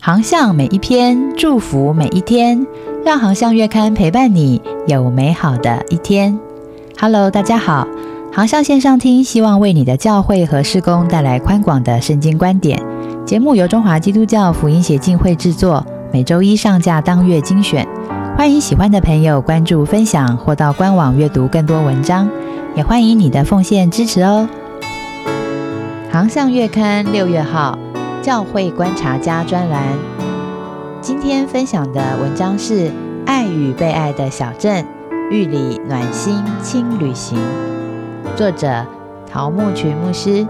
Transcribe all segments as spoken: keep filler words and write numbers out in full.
航向每一篇，祝福每一天，让航向月刊陪伴你有美好的一天。Hello， 大家好，航向线上听，希望为你的教会和事工带来宽广的圣经观点。节目由中华基督教福音协进会制作，每周一上架当月精选。欢迎喜欢的朋友关注分享，或到官网阅读更多文章，也欢迎你的奉献支持哦。航向月刊六月号教会观察家专栏，今天分享的文章是爱与被爱的小镇，玉里暖心轻旅行，作者陶木群牧师。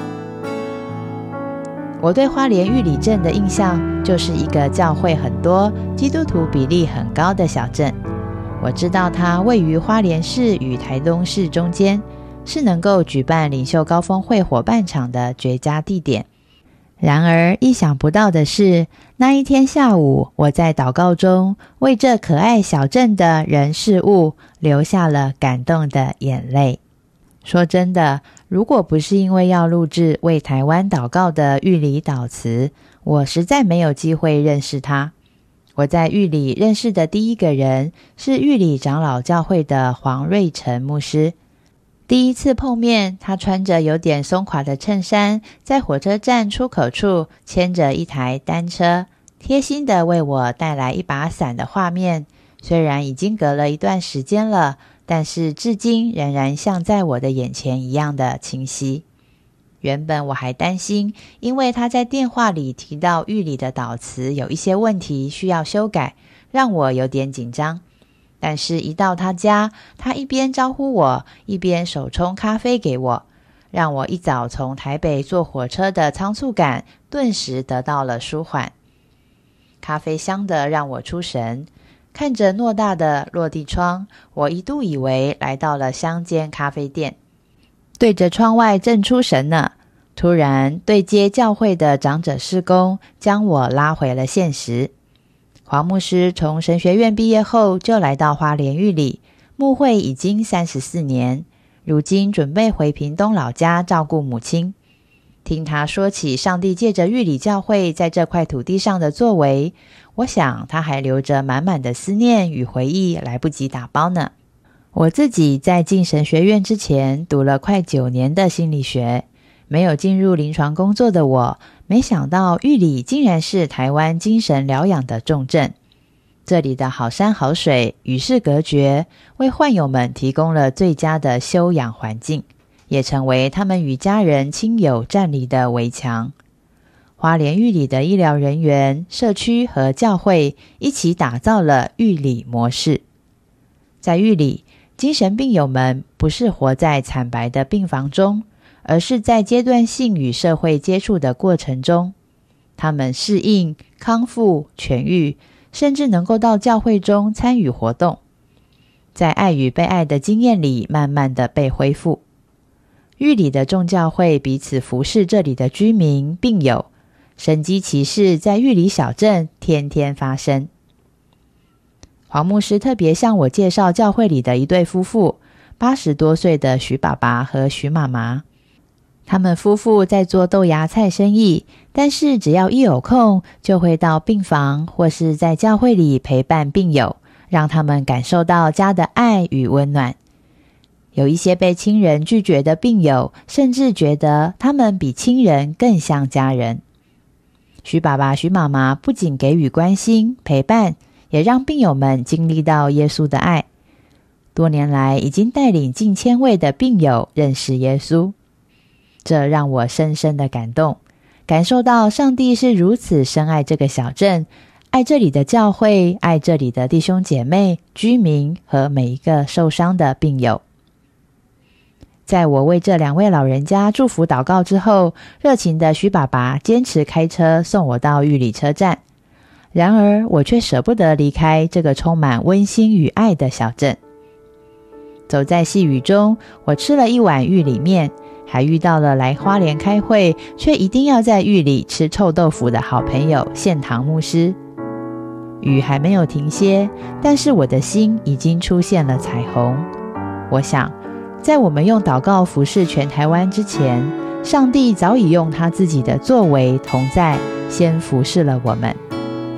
我对花莲玉里镇的印象就是一个教会很多、基督徒比例很高的小镇。我知道它位于花莲市与台东市中间，是能够举办领袖高峰会伙伴场的绝佳地点。然而意想不到的是，那一天下午，我在祷告中为这可爱小镇的人事物流下了感动的眼泪。说真的，如果不是因为要录制为台湾祷告的玉里祷词，我实在没有机会认识他。我在玉里认识的第一个人是玉里长老教会的黄瑞成牧师。第一次碰面，他穿着有点松垮的衬衫，在火车站出口处牵着一台单车，贴心地为我带来一把伞的画面，虽然已经隔了一段时间了，但是至今仍然像在我的眼前一样的清晰。原本我还担心，因为他在电话里提到玉里的祷词有一些问题需要修改，让我有点紧张。但是一到他家，他一边招呼我，一边手冲咖啡给我，让我一早从台北坐火车的仓促感顿时得到了舒缓。咖啡香得让我出神，看着偌大的落地窗，我一度以为来到了乡间咖啡店。对着窗外正出神呢，突然对接教会的长者事工将我拉回了现实。黄牧师从神学院毕业后就来到花莲玉里，牧会已经三十四年，如今准备回屏东老家照顾母亲。听他说起上帝借着玉里教会在这块土地上的作为，我想他还留着满满的思念与回忆，来不及打包呢。我自己在进神学院之前读了快九年的心理学，没有进入临床工作的我，没想到玉里竟然是台湾精神疗养的重镇。这里的好山好水，与世隔绝，为患友们提供了最佳的休养环境，也成为他们与家人亲友站立的围墙。花莲玉里的医疗人员、社区和教会一起打造了玉里模式。在玉里，精神病友们不是活在惨白的病房中，而是在阶段性与社会接触的过程中，他们适应、康复、痊愈，甚至能够到教会中参与活动，在爱与被爱的经验里慢慢的被恢复。玉里的众教会彼此服侍这里的居民病友，神迹奇事在玉里小镇天天发生。黄牧师特别向我介绍教会里的一对夫妇，八十多岁的徐爸爸和徐妈妈。他们夫妇在做豆芽菜生意，但是只要一有空，就会到病房或是在教会里陪伴病友，让他们感受到家的爱与温暖。有一些被亲人拒绝的病友，甚至觉得他们比亲人更像家人。徐爸爸、徐妈妈不仅给予关心、陪伴，也让病友们经历到耶稣的爱。多年来，已经带领近千位的病友认识耶稣。这让我深深的感动，感受到上帝是如此深爱这个小镇，爱这里的教会，爱这里的弟兄姐妹、居民和每一个受伤的病友。在我为这两位老人家祝福祷告之后，热情的徐爸爸坚持开车送我到玉里车站。然而我却舍不得离开这个充满温馨与爱的小镇。走在细雨中，我吃了一碗玉里面，还遇到了来花莲开会却一定要在玉里吃臭豆腐的好朋友宪堂牧师。雨还没有停歇，但是我的心已经出现了彩虹。我想，在我们用祷告服侍全台湾之前，上帝早已用他自己的作为同在，先服侍了我们。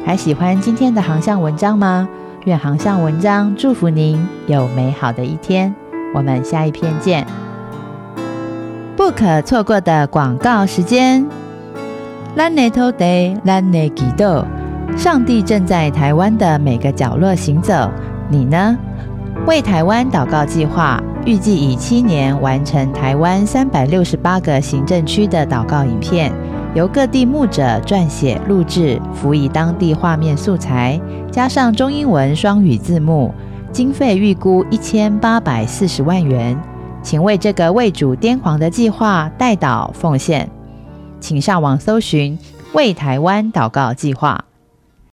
还喜欢今天的航向文章吗？愿航向文章祝福您有美好的一天，我们下一篇见。不可错过的广告时间。咱的土地，咱的祈祷，上帝正在台湾的每个角落行走，你呢？为台湾祷告计划预计以七年完成台湾三百六十八个行政区的祷告影片，由各地牧者撰写录制，辅以当地画面素材，加上中英文双语字幕，经费预估一千八百四十万元。请为这个为主癫狂的计划代祷奉献，请上网搜寻为台湾祷告计划。